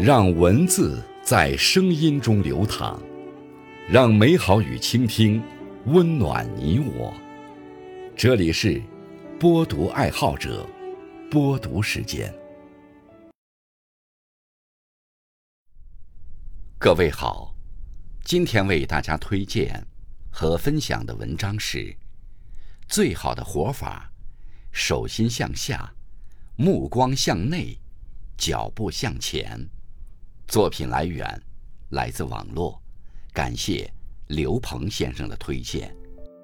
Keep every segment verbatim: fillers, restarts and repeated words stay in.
让文字在声音中流淌，让美好与倾听温暖你我。这里是播读爱好者播读时间。各位好，今天为大家推荐和分享的文章是最好的活法，手心向下，目光向内，脚步向前。作品来源来自网络，感谢刘鹏先生的推荐。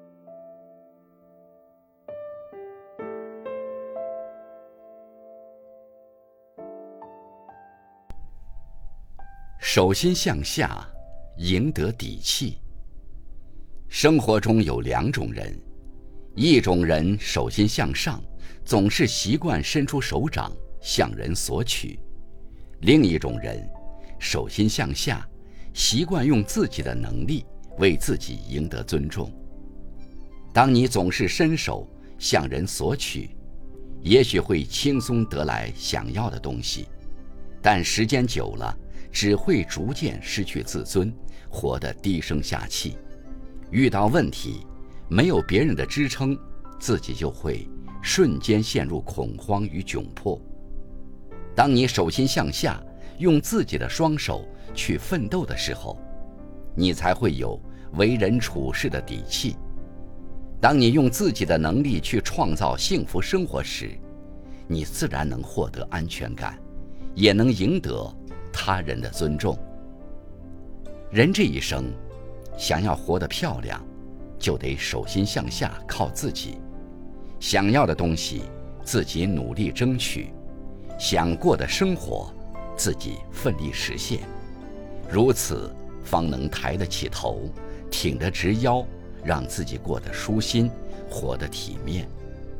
手心向下，赢得底气。生活中有两种人，一种人手心向上，总是习惯伸出手掌向人索取；另一种人手心向下，习惯用自己的能力为自己赢得尊重。当你总是伸手向人索取，也许会轻松得来想要的东西，但时间久了，只会逐渐失去自尊，活得低声下气。遇到问题，没有别人的支撑，自己就会瞬间陷入恐慌与窘迫。当你手心向下，用自己的双手去奋斗的时候，你才会有为人处事的底气。当你用自己的能力去创造幸福生活时，你自然能获得安全感，也能赢得他人的尊重。人这一生，想要活得漂亮，就得手心向下，靠自己。想要的东西，自己努力争取；想过的生活，自己奋力实现。如此，方能抬得起头，挺得直腰，让自己过得舒心，活得体面。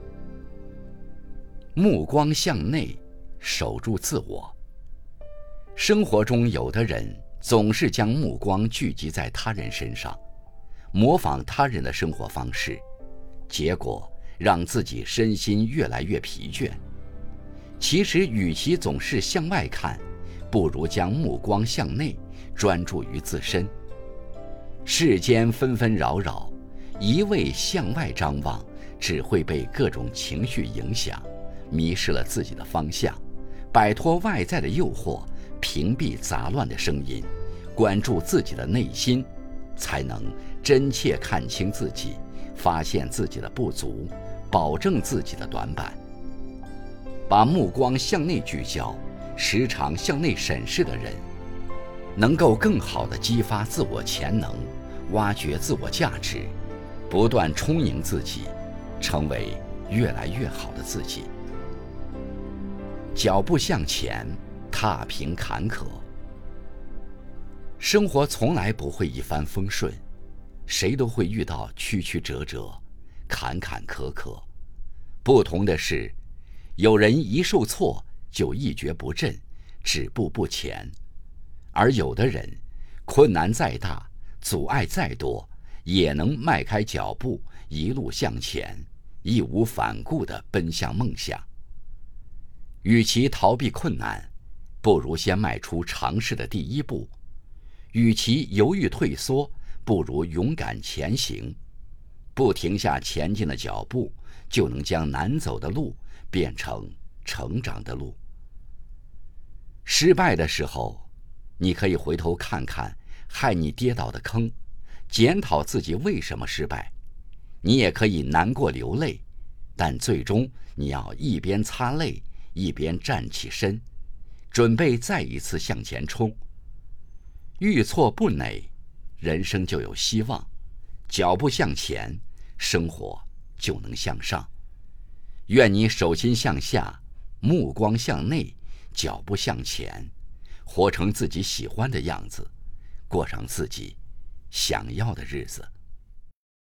目光向内，守住自我。生活中有的人总是将目光聚集在他人身上，模仿他人的生活方式，结果让自己身心越来越疲倦。其实与其总是向外看，不如将目光向内，专注于自身。世间纷纷扰扰，一味向外张望，只会被各种情绪影响，迷失了自己的方向。摆脱外在的诱惑，屏蔽杂乱的声音，关注自己的内心，才能真切看清自己，发现自己的不足，保证自己的短板。把目光向内聚焦，时常向内审视的人，能够更好地激发自我潜能，挖掘自我价值，不断充盈自己，成为越来越好的自己。脚步向前，踏平坎坷。生活从来不会一帆风顺，谁都会遇到曲曲折折，坎坎坷坷。不同的是，有人一受挫就一蹶不振，止步不前；而有的人，困难再大，阻碍再多，也能迈开脚步，一路向前，义无反顾地奔向梦想。与其逃避困难，不如先迈出尝试的第一步；与其犹豫退缩，不如勇敢前行。不停下前进的脚步，就能将难走的路变成成长的路。失败的时候，你可以回头看看害你跌倒的坑，检讨自己为什么失败。你也可以难过流泪，但最终你要一边擦泪，一边站起身，准备再一次向前冲。遇挫不馁，人生就有希望；脚步向前，生活就能向上。愿你手心向下，目光向内，脚步向前，活成自己喜欢的样子，过上自己想要的日子。